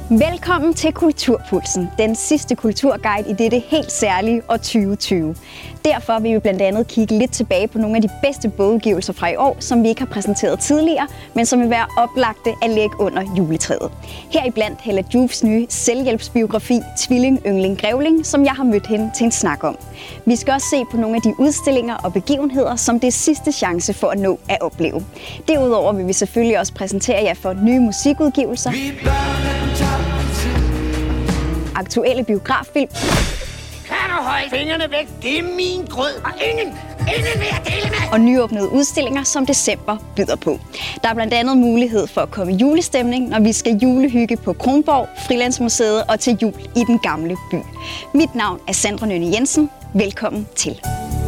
Velkommen til Kulturpulsen, den sidste kulturguide i dette helt særlige år 2020. Derfor vil vi blandt andet kigge lidt tilbage på nogle af de bedste bogudgivelser fra i år, som vi ikke har præsenteret tidligere, men som vil være oplagte at lægge under juletræet. Heriblandt Hella Joofs nye selvhjælpsbiografi Tvilling, Yngling, Grævling, som jeg har mødt hende til en snak om. Vi skal også se på nogle af de udstillinger og begivenheder, som det er sidste chance for at nå at opleve. Derudover vil vi selvfølgelig også præsentere jer for nye musikudgivelser, aktuelle biograffilm. Kan du holde fingrene væk? Det er min grød, og ingen vil jeg dele med. Og nyåbnede udstillinger, som december byder på. Der er blandt andet mulighed for at komme i julestemning, når vi skal julehygge på Kronborg, Frilandsmuseet og til jul i den gamle by. Mit navn er Sandra Nynne Jensen. Velkommen til.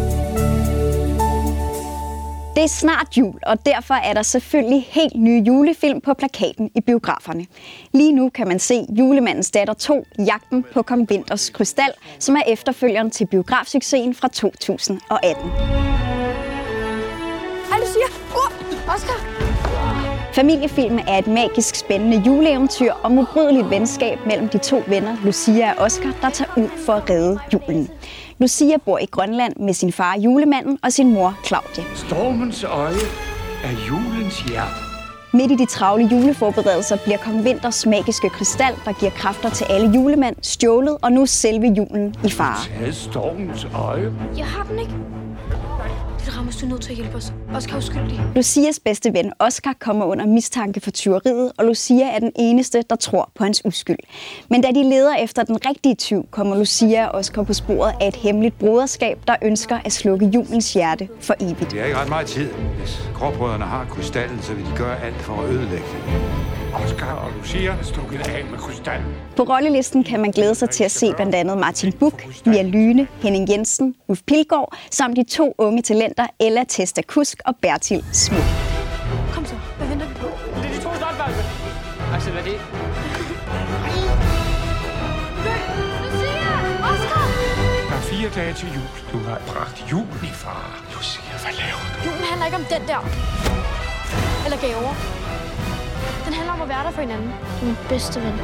Det er snart jul, og derfor er der selvfølgelig helt nye julefilm på plakaten i biograferne. Lige nu kan man se Julemandens datter 2, Jagten på Kong Winters Krystal, som er efterfølgeren til biografsuccesen fra 2018. Hej, Lucia! Oscar! Familiefilmen er et magisk spændende juleeventyr og modbydeligt venskab mellem de to venner, Lucia og Oscar, der tager ud for at redde julen. Lucia bor i Grønland med sin far Julemanden og sin mor Claudia. Stormens øje er julens hjerte. Midt i de travle juleforberedelser bliver Kong Winters magiske krystal, der giver kræfter til alle julemænd, stjålet, og nu selve julen i fare. Tag stormens øje. Jeg har den ikke. Det rammer, du er nødt til at hjælpe os. Oscar er uskyldig. Lucias bedste ven Oscar kommer under mistanke for tyveriet, og Lucia er den eneste, der tror på hans uskyld. Men da de leder efter den rigtige tyv, kommer Lucia og Oscar på sporet af et hemmeligt broderskab, der ønsker at slukke julens hjerte for evigt. Det er ikke ret meget tid. Hvis gråbrødrene har krystallen, så vil de gøre alt for at ødelægge det. Oscar og Lucia er stukket af med krystallen. På rollelisten kan man glæde sig til at se blandt andet Martin Buch, Mia Lyne, Henning Jensen, Ulf Pilgaard, samt de to unge talenter Ella Testa Kusk og Bertil Smuk. Kom så, hvad venter vi på? Det er de to startvalgte. Altså, hvad er det? Lucia! Oscar! Der er 4 dage til jul. Du har bragt julen i fare. Lucia, hvad laver du? Julen handler ikke om den der. Eller gaver. Den handler om at være der for hinanden. Du er min bedste ven.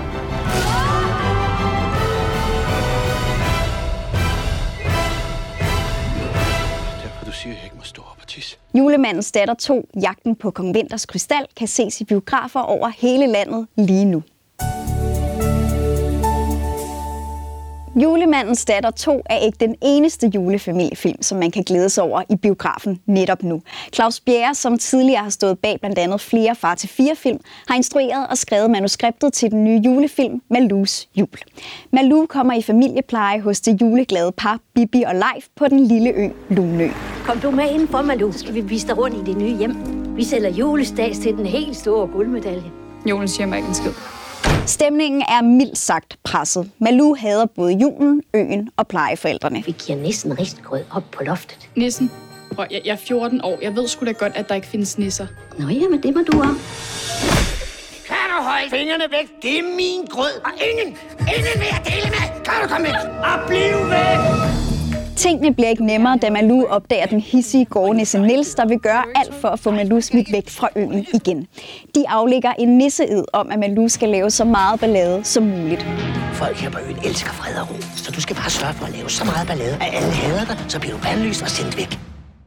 Derfor du siger, at jeg ikke må stå op og tisse. Julemandens datter 2, Jagten på Kong Winters Krystal, kan ses i biografer over hele landet lige nu. Julemandens datter 2 er ikke den eneste julefamiliefilm, som man kan glæde sig over i biografen netop nu. Claus Bjerre, som tidligere har stået bag blandt andet flere Far til 4-film, har instrueret og skrevet manuskriptet til den nye julefilm Malous Jul. Malou kommer i familiepleje hos det juleglade par Bibi og Leif på den lille ø Lunø. Kom du med indenfor, Malou, så skal vi vise dig rundt i det nye hjem. Vi sælger julestads til den helt store guldmedalje. Julen siger mig ikke en skid. Stemningen er mildt sagt presset. Malou hader både julen, øen og plejeforældrene. Vi giver næsten risengrød op på loftet. Nissen. Prøv, jeg er 14 år. Jeg ved sgu da godt, at der ikke findes nisser. Nå jamen, det må du om. Kan du holde fingrene væk? Det er min grød, og ingen vil jeg dele med. Kan du komme væk? Og bliv væk! Tingene bliver ikke nemmere, da Malou opdager den hidsige gårdnisse Niels, der vil gøre alt for at få Malou smidt væk fra øen igen. De aflægger en nisseed om, at Malou skal lave så meget ballade som muligt. Folk her på øen elsker fred og ro, så du skal bare sørge for at lave så meget ballade, at alle hader dig, så bliver du bandlyst og sendt væk.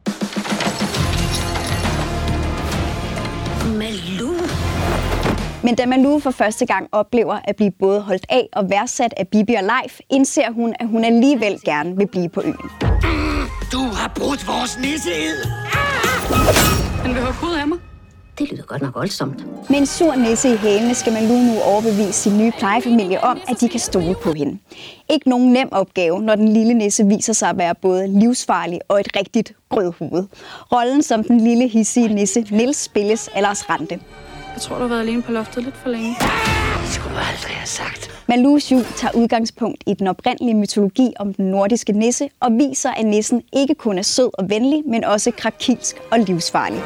Malou! Men da Malou for første gang oplever at blive både holdt af og værdsat af Bibi og Leif, indser hun, at hun alligevel gerne vil blive på øen. Du har brudt vores nisseed! Han vil have hud af mig. Det lyder godt nok voldsomt. Med en sur nisse i hælene skal Malou nu overbevise sin nye plejefamilie om, at de kan stole på hende. Ikke nogen nem opgave, når den lille nisse viser sig at være både livsfarlig og et rigtigt grødhoved. Rollen som den lille hidsige nisse Niels spilles af Lars Rante. Jeg tror, du har været alene på loftet lidt for længe. Det skulle du aldrig have sagt. Malous jul tager udgangspunkt i den oprindelige mytologi om den nordiske nisse og viser, at nissen ikke kun er sød og venlig, men også krakilsk og livsfarlig.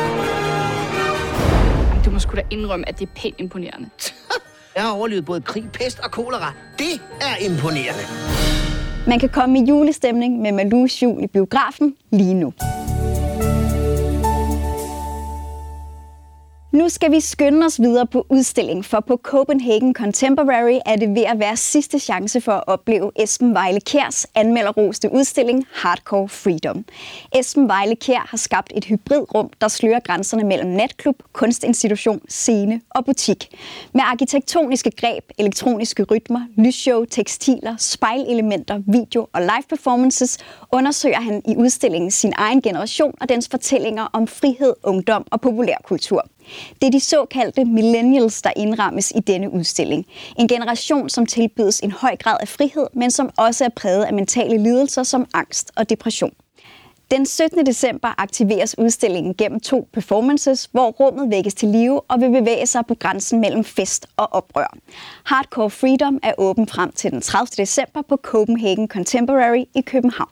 Du må sgu da indrømme, at det er pænt imponerende. Jeg har overlevet både krig, pest og kolera. Det er imponerende. Man kan komme i julestemning med Malous jul i biografen lige nu. Nu skal vi skynde os videre på udstilling, for på Copenhagen Contemporary er det ved at være sidste chance for at opleve Esben Vejle Kjærs anmelderroste udstilling Hardcore Freedom. Esben Vejle Kjær har skabt et hybridrum, der slører grænserne mellem natklub, kunstinstitution, scene og butik. Med arkitektoniske greb, elektroniske rytmer, lysshow, tekstiler, spejlelementer, video og live performances undersøger han i udstillingen sin egen generation og dens fortællinger om frihed, ungdom og populærkultur. Det er de såkaldte millennials, der indrammes i denne udstilling. En generation, som tilbydes en høj grad af frihed, men som også er præget af mentale lidelser som angst og depression. Den 17. december aktiveres udstillingen gennem 2 performances, hvor rummet vækkes til live og vil bevæge sig på grænsen mellem fest og oprør. Hardcore Freedom er åben frem til den 30. december på Copenhagen Contemporary i København.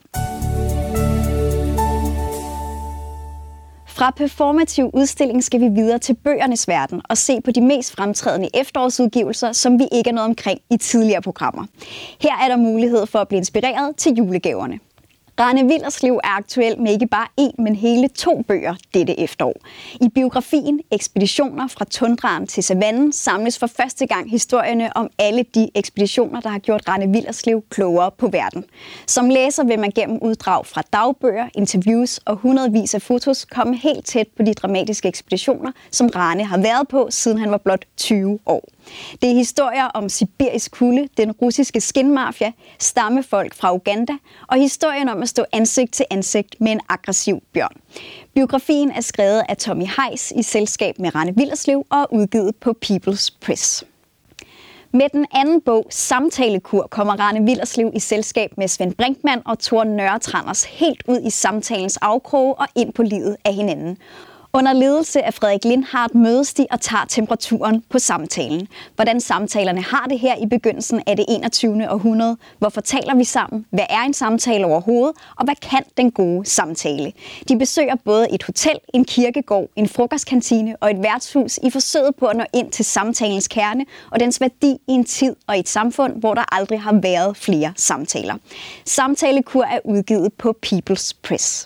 Fra performativ udstilling skal vi videre til bøgernes verden og se på de mest fremtrædende efterårsudgivelser, som vi ikke er nået omkring i tidligere programmer. Her er der mulighed for at blive inspireret til julegaverne. Rane Willerslev er aktuel med ikke bare 1, men hele 2 bøger dette efterår. I biografien Ekspeditioner fra tundraen til savannen samles for første gang historierne om alle de ekspeditioner, der har gjort Rane Willerslev klogere på verden. Som læser vil man gennem uddrag fra dagbøger, interviews og hundredvis af fotos komme helt tæt på de dramatiske ekspeditioner, som Rane har været på, siden han var blot 20 år. Det er historier om sibirisk kulde, den russiske skinmafia, stammefolk fra Uganda og historien om at stå ansigt til ansigt med en aggressiv bjørn. Biografien er skrevet af Tommy Heiss i selskab med Rane Willerslev og er udgivet på People's Press. Med den anden bog, Samtalekur, kommer Rane Willerslev i selskab med Svend Brinkmann og Tor Nørretranders helt ud i samtalens afkroge og ind på livet af hinanden. Under ledelse af Frederik Lindhardt mødes de og tager temperaturen på samtalen. Hvordan samtalerne har det her i begyndelsen af det 21. århundrede? Hvorfor taler vi sammen? Hvad er en samtale overhovedet? Og hvad kan den gode samtale? De besøger både et hotel, en kirkegård, en frokostkantine og et værtshus i forsøget på at nå ind til samtalens kerne og dens værdi i en tid og et samfund, hvor der aldrig har været flere samtaler. Samtalekur er udgivet på People's Press.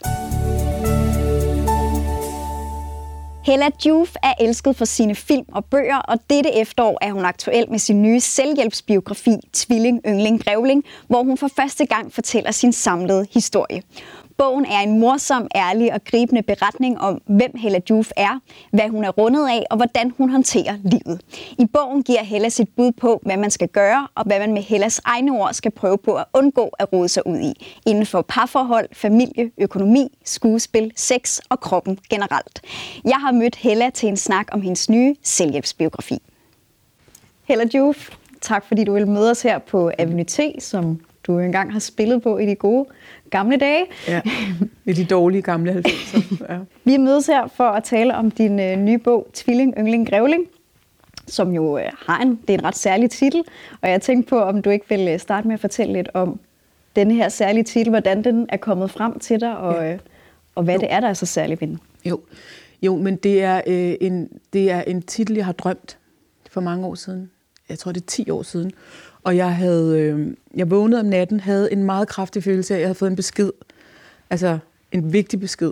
Hella Joof er elsket for sine film og bøger, og dette efterår er hun aktuel med sin nye selvhjælpsbiografi Tvilling, Yngling, Grævling, hvor hun for første gang fortæller sin samlede historie. Bogen er en morsom, ærlig og gribende beretning om, hvem Hella Joof er, hvad hun er rundet af og hvordan hun håndterer livet. I bogen giver Hella sit bud på, hvad man skal gøre og hvad man med Hellas egne ord skal prøve på at undgå at rode sig ud i, inden for parforhold, familie, økonomi, skuespil, sex og kroppen generelt. Jeg har mødt Hella til en snak om hendes nye selvhjælpsbiografi. Hella Joof, tak fordi du vil møde os her på Avenue T, som du jo engang har spillet på i de gode gamle dage. Ja, i de dårlige gamle 90'er. Ja. Vi mødes her for at tale om din nye bog, Tvilling, Yngling, Grævling, som jo det er en ret særlig titel. Og jeg tænkte på, om du ikke vil starte med at fortælle lidt om denne her særlige titel, hvordan den er kommet frem til dig, og hvad det er, der er så særligt ved den. Jo, men det er en titel, jeg har drømt for mange år siden. Jeg tror, det er 10 år siden. Og jeg vågnede om natten, havde en meget kraftig følelse af, at jeg havde fået en besked. Altså en vigtig besked.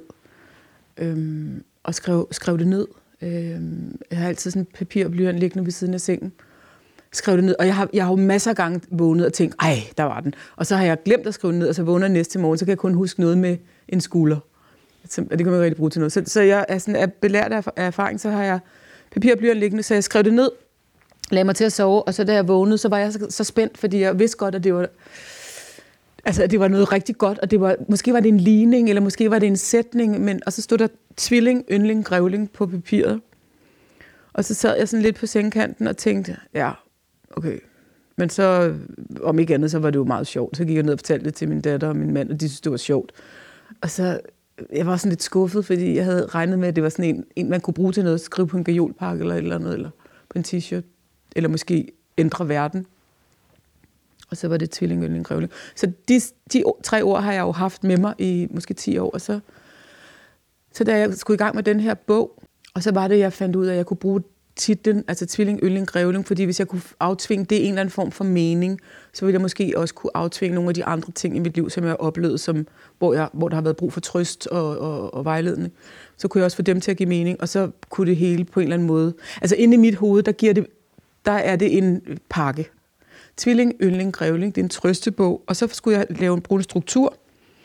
Og skrev det ned. Jeg har altid sådan papir og blyant liggende ved siden af sengen. Skrev det ned, og jeg har jo masser af gange vågnet og tænkt, ej, der var den. Og så har jeg glemt at skrive det ned, og så vågner jeg næste morgen, så kan jeg kun huske noget med en skulder. Og det kan man rigtig bruge til noget. Så jeg er belært af erfaring, så har jeg papir og blyant liggende, så jeg skrev det ned, lagde mig til at sove, og så da jeg vågnede, så var jeg så spændt, fordi jeg vidste godt, at det var noget rigtig godt, og måske var det en ligning, eller måske var det en sætning, og så stod der Tvilling, Yngling, Grævling på papiret. Og så sad jeg sådan lidt på sengekanten og tænkte, ja, okay. Men så, om ikke andet, så var det jo meget sjovt. Så gik jeg ned og fortalte det til min datter og min mand, og de syntes, det var sjovt. Og så, jeg var sådan lidt skuffet, fordi jeg havde regnet med, at det var sådan en man kunne bruge til noget, skrive på en gajolpakke eller et eller andet, eller på en t-shirt. Eller måske ændre verden. Og så var det Tvilling, Yngling, Grævling. Så de 3 ord har jeg jo haft med mig i måske 10 år. Og så da jeg skulle i gang med den her bog, og så var det, jeg fandt ud af, at jeg kunne bruge titlen, altså Tvilling, Yngling, Grævling, fordi hvis jeg kunne aftvinge det en eller anden form for mening, så ville jeg måske også kunne aftvinge nogle af de andre ting i mit liv, som jeg har oplevet, hvor der har været brug for trøst og vejledning. så kunne jeg også få dem til at give mening, og så kunne det hele på en eller anden måde. Altså inde i mit hoved, der er det en pakke. Tvilling, yndling, grævling, det er en trøstebog, og så skulle jeg bruge en struktur.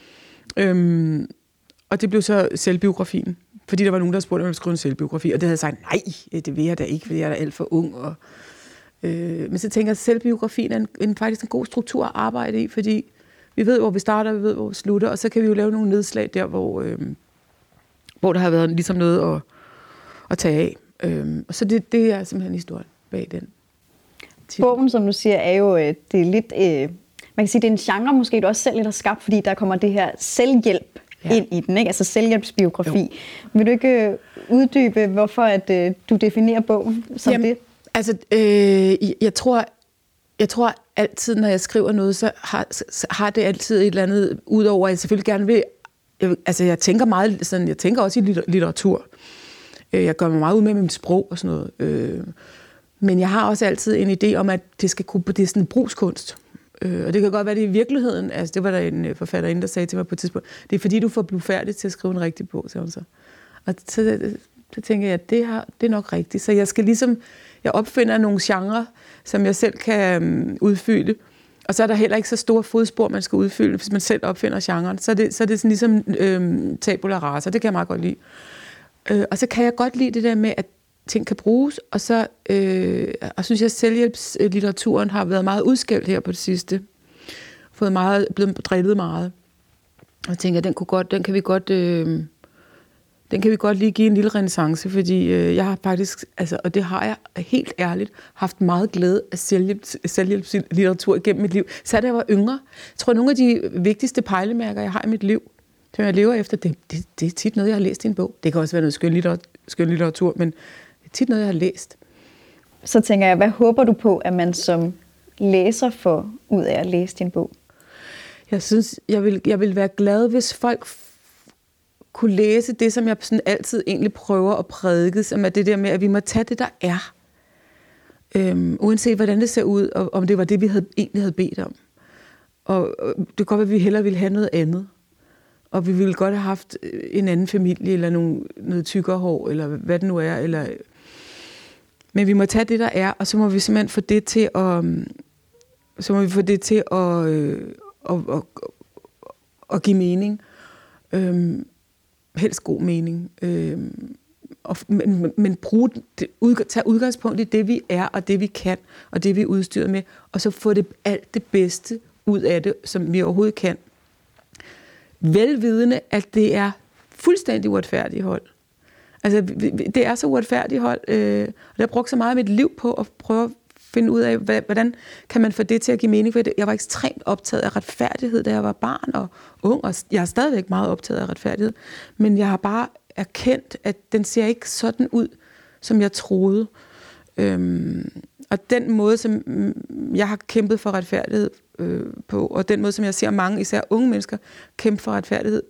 Og det blev så selvbiografien. Fordi der var nogen, der spurgte, om jeg ville skrive en selvbiografi, og det havde jeg sagt, nej, det vil jeg da ikke, fordi jeg er da alt for ung. Men så tænker jeg, at selvbiografien er faktisk en god struktur at arbejde i, fordi vi ved, hvor vi starter, vi ved, hvor vi slutter, og så kan vi jo lave nogle nedslag der, hvor der har været ligesom noget at tage af. Og så det er simpelthen historien bag den. Bogen, som du siger, er jo det er lidt... man kan sige, det er en genre, måske du også selv lidt har skabt, fordi der kommer det her selvhjælp ind i den, ikke? Altså selvhjælpsbiografi. Jo. Vil du ikke uddybe, hvorfor at du definerer bogen som det? Altså, jeg tror altid, når jeg skriver noget, så har det altid et eller andet, udover at jeg selvfølgelig gerne vil... Jeg tænker meget sådan, jeg tænker også i litteratur. Jeg gør mig meget ud med mit sprog og sådan noget. Men jeg har også altid en idé om, at det skal kunne... Det er sådan en brugskunst. Og det kan godt være, det i virkeligheden... Altså, det var der en forfatterinde, der sagde til mig på et tidspunkt. Det er fordi, du får blive færdig til at skrive en rigtig bog, sagde hun så. Og så tænker jeg, at det er nok rigtigt. Så jeg skal ligesom... Jeg opfinder nogle genrer, som jeg selv kan udfylde. Og så er der heller ikke så store fodspor, man skal udfylde, hvis man selv opfinder genren. Så er det sådan ligesom tabula rasa. Det kan jeg meget godt lide. Og så kan jeg godt lide det der med, at ting kan bruges. Og så synes jeg, at selvhjælpslitteraturen har været meget udskældt her på det sidste. Blevet drillet meget. Og jeg tænker, den kan vi godt lige give en lille renæssance, fordi jeg har faktisk, og det har jeg helt ærligt, haft meget glæde af selvhjælpslitteratur igennem mit liv. Så da jeg var yngre, jeg tror, nogle af de vigtigste pejlemærker, jeg har i mit liv, som jeg lever efter, det er tit noget, jeg har læst i en bog. Det kan også være noget skønlitteratur, men det er tit noget, jeg har læst. Så tænker jeg, hvad håber du på, at man som læser får ud af at læse din bog? Jeg synes, jeg vil være glad, hvis folk kunne læse det, som jeg sådan altid egentlig prøver at prædike, som er det der med, at vi må tage det, der er. Uanset hvordan det ser ud, og om det var det, vi egentlig havde bedt om. Og det kan godt være, at vi hellere ville have noget andet. Og vi ville godt have haft en anden familie, eller noget tykkere hår, eller hvad det nu er. Men vi må tage det, der er, og så må vi simpelthen få det til at give mening. Helst god mening. Men tage udgangspunkt i det, vi er, og det, vi kan, og det, vi er udstyret med, og så få alt det bedste ud af det, som vi overhovedet kan. Velvidende, at det er fuldstændig uretfærdigt hold. Altså, det er så uretfærdigt hold, og jeg har brugt så meget af mit liv på at prøve at finde ud af, hvordan kan man få det til at give mening, for jeg var ekstremt optaget af retfærdighed, da jeg var barn og ung, og jeg er stadigvæk meget optaget af retfærdighed, men jeg har bare erkendt, at den ser ikke sådan ud, som jeg troede. Og den måde, som jeg har kæmpet for retfærdighed på, og den måde, som jeg ser mange, især unge mennesker, kæmpe for retfærdighed,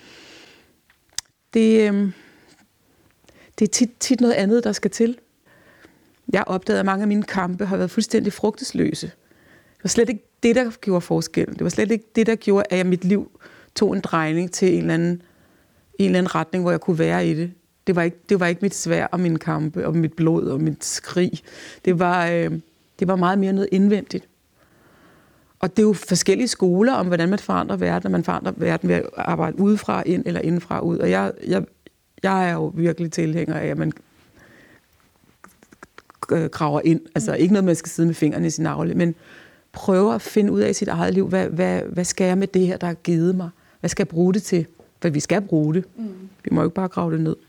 det er tit noget andet, der skal til. Jeg opdagede, at mange af mine kampe har været fuldstændig frugtesløse. Det var slet ikke det, der gjorde forskellen. Det var slet ikke det, der gjorde, at mit liv tog en drejning til en eller anden retning, hvor jeg kunne være i det. Det var ikke mit sværd og mine kampe, og mit blod og mit skrig. Det var meget mere noget indvendigt. Og det er jo forskellige skoler om, hvordan man forandrer verden, og man forandrer verden ved at arbejde udefra ind eller indenfra ud. Og jeg er jo virkelig tilhænger af, at man graver ind. Altså ikke noget, man skal sidde med fingrene i sin navle, men prøver at finde ud af sit eget liv. Hvad skal jeg med det her, der er givet mig? Hvad skal jeg bruge det til? For vi skal bruge det. Vi må jo ikke bare grave det ned.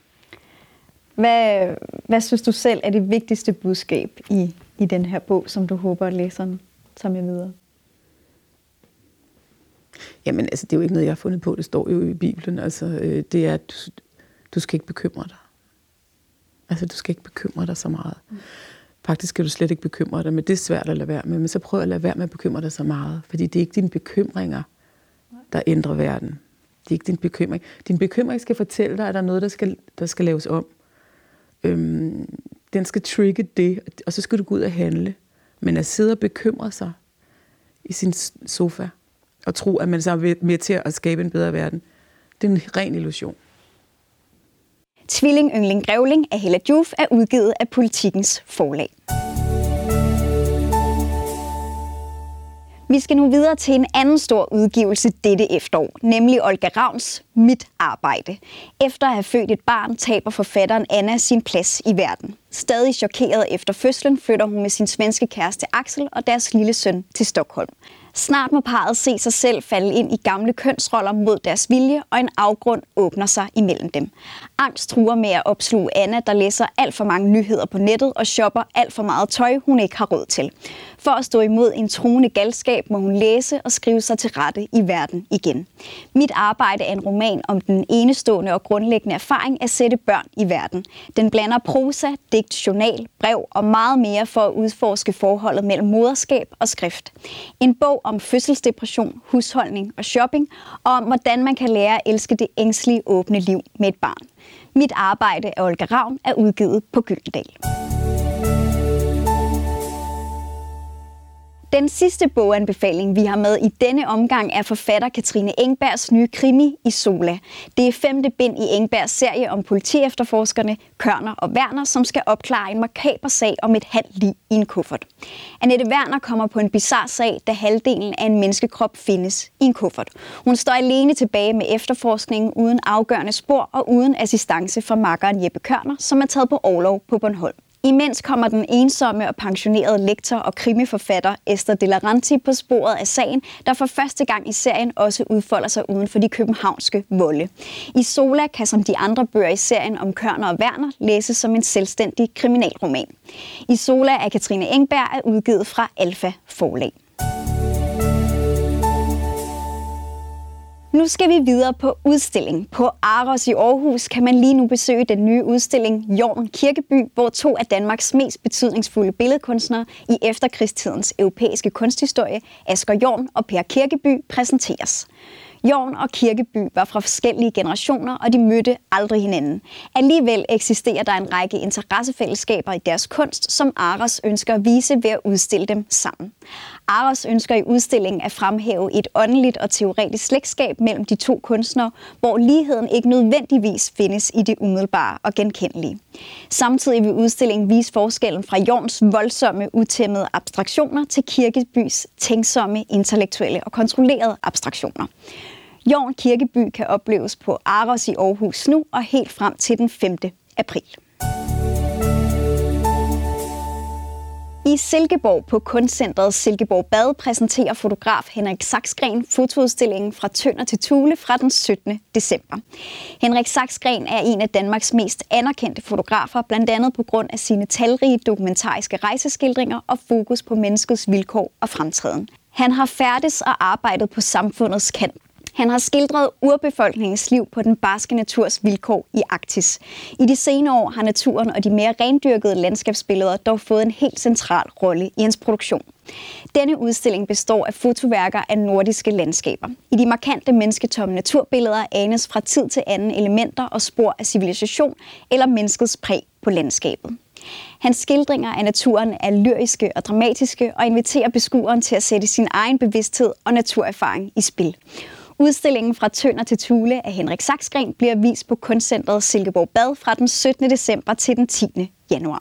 Hvad synes du selv er det vigtigste budskab i den her bog, som du håber, at læseren tager med videre? Jamen, altså, det er jo ikke noget, jeg har fundet på. Det står jo i Bibelen. Altså, det er, at du skal ikke bekymre dig. Altså, du skal ikke bekymre dig så meget. Faktisk skal du slet ikke bekymre dig, men det er svært at lade være med. Men så prøv at lade være med at bekymre dig så meget. Fordi det er ikke dine bekymringer, der ændrer verden. Det er ikke din bekymring. Din bekymring skal fortælle dig, at der er noget, der skal laves om. Den skal trigge det, og så skal du gå ud og handle. Men at sidde og bekymre sig i sin sofa, og tro, at man så er med til at skabe en bedre verden, det er en ren illusion. Tvilling Yngling Grævling af Hella Joof er udgivet af Politikens forlag. Vi skal nu videre til en anden stor udgivelse dette efterår, nemlig Olga Ravns Mit arbejde. Efter at have født et barn, taber forfatteren Anna sin plads i verden. Stadig chokeret efter fødslen flytter hun med sin svenske kæreste Axel og deres lille søn til Stockholm. Snart må parret se sig selv falde ind i gamle kønsroller mod deres vilje, og en afgrund åbner sig imellem dem. Angst truer med at opsluge Anna, der læser alt for mange nyheder på nettet og shopper alt for meget tøj, hun ikke har råd til. For at stå imod en truende galskab må hun læse og skrive sig til rette i verden igen. Mit arbejde er en roman om den enestående og grundlæggende erfaring at sætte børn i verden. Den blander prosa, digt, journal, brev og meget mere for at udforske forholdet mellem moderskab og skrift. En bog om fødselsdepression, husholdning og shopping, og om hvordan man kan lære at elske det ængstlige, åbne liv med et barn. Mit arbejde af Olga Ravn er udgivet på Gyldendal. Den sidste boganbefaling, vi har med i denne omgang, er forfatter Katrine Engbergs nye krimi Isola. Det er 5. bind i Engbergs serie om politiefterforskerne Kørner og Werner, som skal opklare en makaber sag om et halvt lig i en kuffert. Annette Werner kommer på en bizarre sag, da halvdelen af en menneskekrop findes i en kuffert. Hun står alene tilbage med efterforskningen uden afgørende spor og uden assistance fra makkeren Jeppe Kørner, som er taget på orlov på Bornholm. Imens kommer den ensomme og pensionerede lektor og krimiforfatter Esther De Laurenti på sporet af sagen, der for første gang i serien også udfolder sig uden for de københavnske volde. Isola kan som de andre bøger i serien om Kørner og Werner læses som en selvstændig kriminalroman. Isola af Katrine Engberg er udgivet fra Alfa Forlag. Nu skal vi videre på udstilling. På Aros i Aarhus kan man lige nu besøge den nye udstilling Jorn Kirkeby, hvor 2 af Danmarks mest betydningsfulde billedkunstnere i efterkrigstidens europæiske kunsthistorie, Asger Jorn og Per Kirkeby, præsenteres. Jorn og Kirkeby var fra forskellige generationer, og de mødte aldrig hinanden. Alligevel eksisterer der en række interessefællesskaber i deres kunst, som Aros ønsker at vise ved at udstille dem sammen. Aros ønsker i udstillingen at fremhæve et åndeligt og teoretisk slægtskab mellem de 2 kunstnere, hvor ligheden ikke nødvendigvis findes i det umiddelbare og genkendelige. Samtidig vil udstillingen vise forskellen fra Jorns voldsomme, utæmmede abstraktioner til Kirkebys tænksomme, intellektuelle og kontrollerede abstraktioner. Jorn Kirkeby kan opleves på Aros i Aarhus nu og helt frem til den 5. april. I Silkeborg på kunstcentret Silkeborg Bad præsenterer fotograf Henrik Saxgren fotoudstillingen Fra Tønder til Thule fra den 17. december. Henrik Saxgren er en af Danmarks mest anerkendte fotografer, blandt andet på grund af sine talrige dokumentariske rejseskildringer og fokus på menneskets vilkår og fremtiden. Han har færdes og arbejdet på samfundets kant. Han har skildret urbefolkningens liv på den barske naturs vilkår i Arktis. I de senere år har naturen og de mere rendyrkede landskabsbilleder dog fået en helt central rolle i hans produktion. Denne udstilling består af fotoværker af nordiske landskaber. I de markante mennesketomme naturbilleder anes fra tid til anden elementer og spor af civilisation eller menneskets præg på landskabet. Hans skildringer af naturen er lyriske og dramatiske og inviterer beskueren til at sætte sin egen bevidsthed og naturerfaring i spil. Udstillingen Fra Tønder til Thule af Henrik Saxgren bliver vist på kunstcentret Silkeborg Bad fra den 17. december til den 10. januar.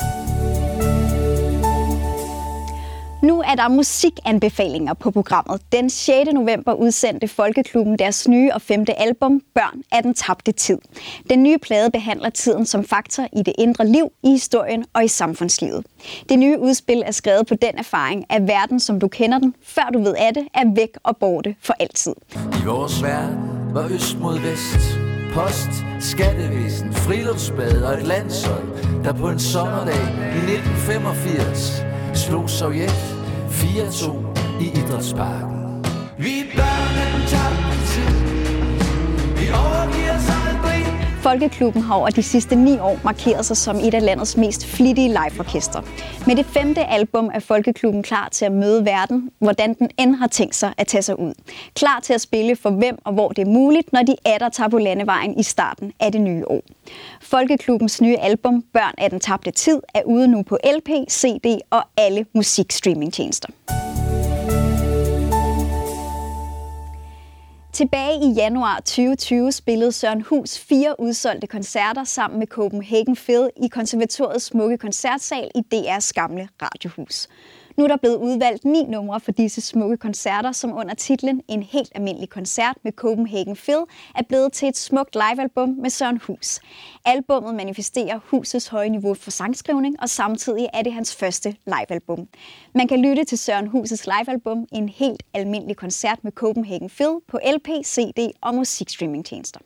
Nu er der musikanbefalinger på programmet. Den 6. november udsendte Folkeklubben deres nye og 5. album, Børn af den tabte tid. Den nye plade behandler tiden som faktor i det indre liv, i historien og i samfundslivet. Det nye udspil er skrevet på den erfaring, at verden, som du kender den, før du ved af det, er væk og borte for altid. I vores verden var øst mod vest, post, skattevæsen, friluftsbad og et landshold, der på en sommerdag i 1985 slog Sovjet 4-2 i Idrætsparken. Vi er børn af den tabte tid. Vi overgiver os aldrig. Folkeklubben har over de sidste 9 år markeret sig som et af landets mest flittige liveorkester. Med det 5. album er Folkeklubben klar til at møde verden, hvordan den end har tænkt sig at tage sig ud. Klar til at spille for hvem og hvor det er muligt, når de atter tager på landevejen i starten af det nye år. Folkeklubbens nye album, Børn af den tabte tid, er ude nu på LP, CD og alle musikstreamingtjenester. Tilbage i januar 2020 spillede Søren Hus 4 udsolgte koncerter sammen med Copenhagen Phil i konservatoriets smukke koncertsal i DR's gamle radiohus. Nu er der blevet udvalgt 9 numre for disse smukke koncerter, som under titlen En helt almindelig koncert med Copenhagen Phil er blevet til et smukt livealbum med Søren Hus. Albummet manifesterer Husets høje niveau for sangskrivning, og samtidig er det hans første livealbum. Man kan lytte til Søren Hus' livealbum En helt almindelig koncert med Copenhagen Phil på LP, CD og musikstreamingtjenester.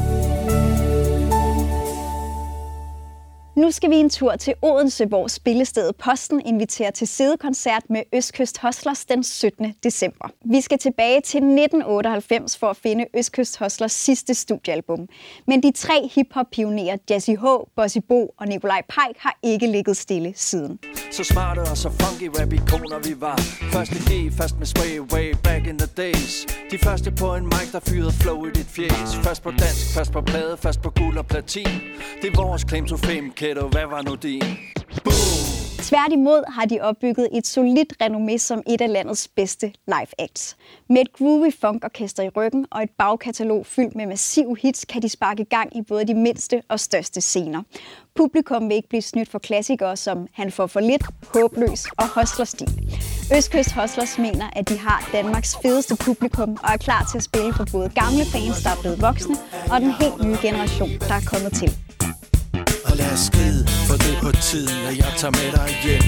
Nu skal vi en tur til Odense, hvor spillestedet Posten inviterer til sidekoncert med Østkyst Hustlers den 17. december. Vi skal tilbage til 1998 for at finde Østkyst Hustlers sidste studiealbum. Men de 3 hiphop-pionerer Jesse H, Bossy Bo og Nikolaj Pike har ikke ligget stille siden. Så smarte og så funky rap-ikoner vi var. Første G, fast med spray way back in the days. De første på en mic, der fyrede flow i dit fjes. Fast på dansk, fast på plade, fast på guld og platin. Det er vores claim to fame, kiddo, hvad var nu din? Boom! Tværtimod har de opbygget et solidt renommé som et af landets bedste live acts. Med et groovy funkorkester i ryggen og et bagkatalog fyldt med massive hits, kan de sparke gang i både de mindste og største scener. Publikum vil ikke blive snydt for klassikere som Han får for lidt, Håbløs og Hustlerstil. Østkyst Hustlers mener, at de har Danmarks fedeste publikum og er klar til at spille for både gamle fans, der er blevet voksne, og den helt nye generation, der er kommet til. Og lad os skride, for det er på tiden, at jeg tager med dig hjem.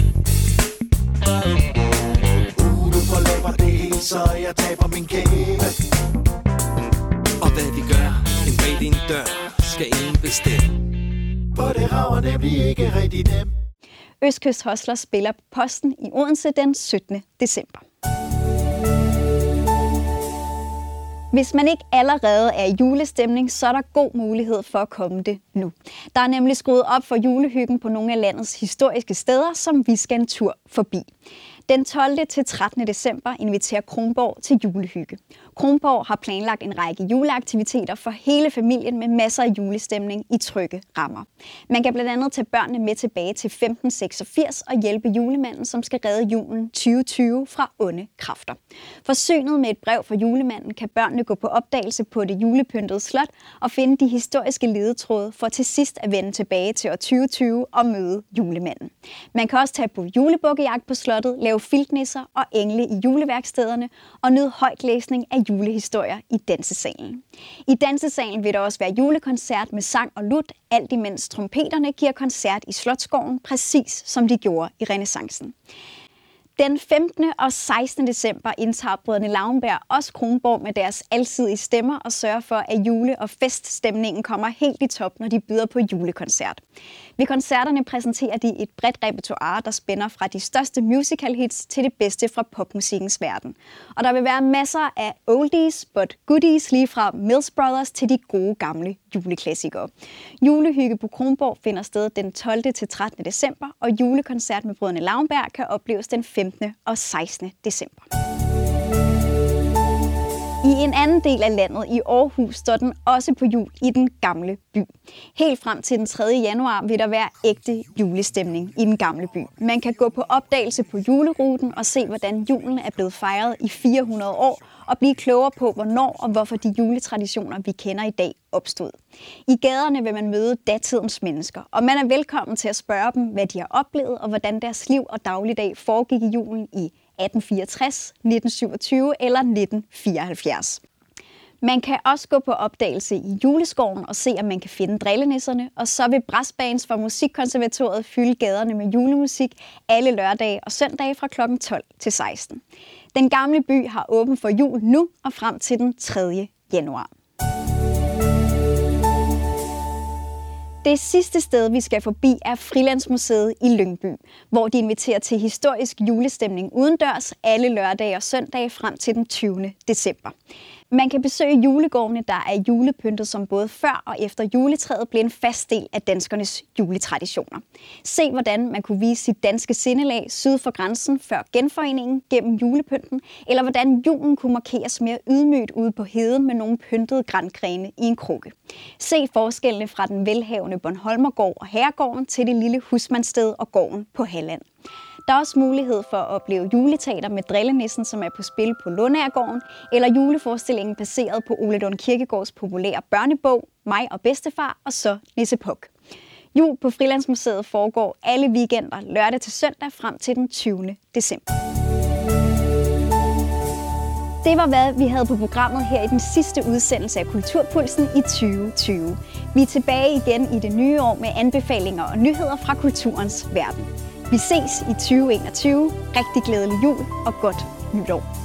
Du forlæber det hele, så jeg taber min game. Og hvad vi gør, en bag din dør, skal ingen bestemme. For det rager nemlig ikke rigtig dem. Østkyst Hustlers spiller på Posten i Odense den 17. december. Hvis man ikke allerede er i julestemning, så er der god mulighed for at komme det nu. Der er nemlig skruet op for julehyggen på nogle af landets historiske steder, som vi skal en tur forbi. Den 12. til 13. december inviterer Kronborg til julehygge. Kronborg har planlagt en række juleaktiviteter for hele familien med masser af julestemning i trygge rammer. Man kan blandt andet tage børnene med tilbage til 1586 og hjælpe julemanden, som skal redde julen 2020 fra onde kræfter. Forsynet med et brev fra julemanden kan børnene gå på opdagelse på det julepyntede slot og finde de historiske ledetråde for til sidst at vende tilbage til år 2020 og møde julemanden. Man kan også tage på julebukkejagt på slottet, lave filtnisser og engle i juleværkstederne og nyde højtlæsning af julehistorier i dansesalen. I dansesalen vil der også være julekoncert med sang og lut, alt imens trompeterne giver koncert i Slotsgården, præcis som de gjorde i renæssancen. Den 15. og 16. december indtager brødrene Lauenberg også Kronborg med deres alsidige stemmer og sørger for, at jule- og feststemningen kommer helt i top, når de byder på julekoncert. Ved koncerterne præsenterer de et bredt repertoire, der spænder fra de største musical-hits til det bedste fra popmusikkens verden. Og der vil være masser af oldies, but goodies, lige fra Mills Brothers til de gode gamle juleklassikere. Julehygge på Kronborg finder sted den 12. til 13. december, og julekoncert med brødrene Lauenberg kan opleves den 15. og 16. december. I en anden del af landet, i Aarhus, står den også på jul i den gamle by. Helt frem til den 3. januar vil der være ægte julestemning i den gamle by. Man kan gå på opdagelse på juleruten og se, hvordan julen er blevet fejret i 400 år, og blive klogere på, hvornår og hvorfor de juletraditioner, vi kender i dag, opstod. I gaderne vil man møde datidens mennesker, og man er velkommen til at spørge dem, hvad de har oplevet, og hvordan deres liv og dagligdag foregik i julen i 1864, 1927 eller 1974. Man kan også gå på opdagelse i Juleskoven og se, om man kan finde drillenisserne, og så vil brassbands fra Musikkonservatoriet fylde gaderne med julemusik alle lørdage og søndage fra kl. 12 til 16. Den gamle by har åbent for jul nu og frem til den 3. januar. Det sidste sted, vi skal forbi, er Frilandsmuseet i Lyngby, hvor de inviterer til historisk julestemning udendørs alle lørdage og søndage frem til den 20. december. Man kan besøge julegårdene, der er julepyntet, som både før og efter juletræet blev en fast del af danskernes juletraditioner. Se, hvordan man kunne vise sit danske sindelag syd for grænsen før genforeningen gennem julepynten, eller hvordan julen kunne markeres mere ydmygt ude på heden med nogle pyntede grangrene i en krukke. Se forskellene fra den velhavende Bornholmergård og Herregården til det lille husmandssted og gården på Halland. Der er også mulighed for at opleve juleteater med Drillenissen, som er på spil på Lundagergården, eller juleforestillingen baseret på Ole Lund Kirkegaards populære børnebog, Mig og bedstefar, og så Nisse Puk. Jul på Frilandsmuseet foregår alle weekender lørdag til søndag frem til den 20. december. Det var, hvad vi havde på programmet her i den sidste udsendelse af Kulturpulsen i 2020. Vi er tilbage igen i det nye år med anbefalinger og nyheder fra kulturens verden. Vi ses i 2021. Rigtig glædelig jul og godt nytår.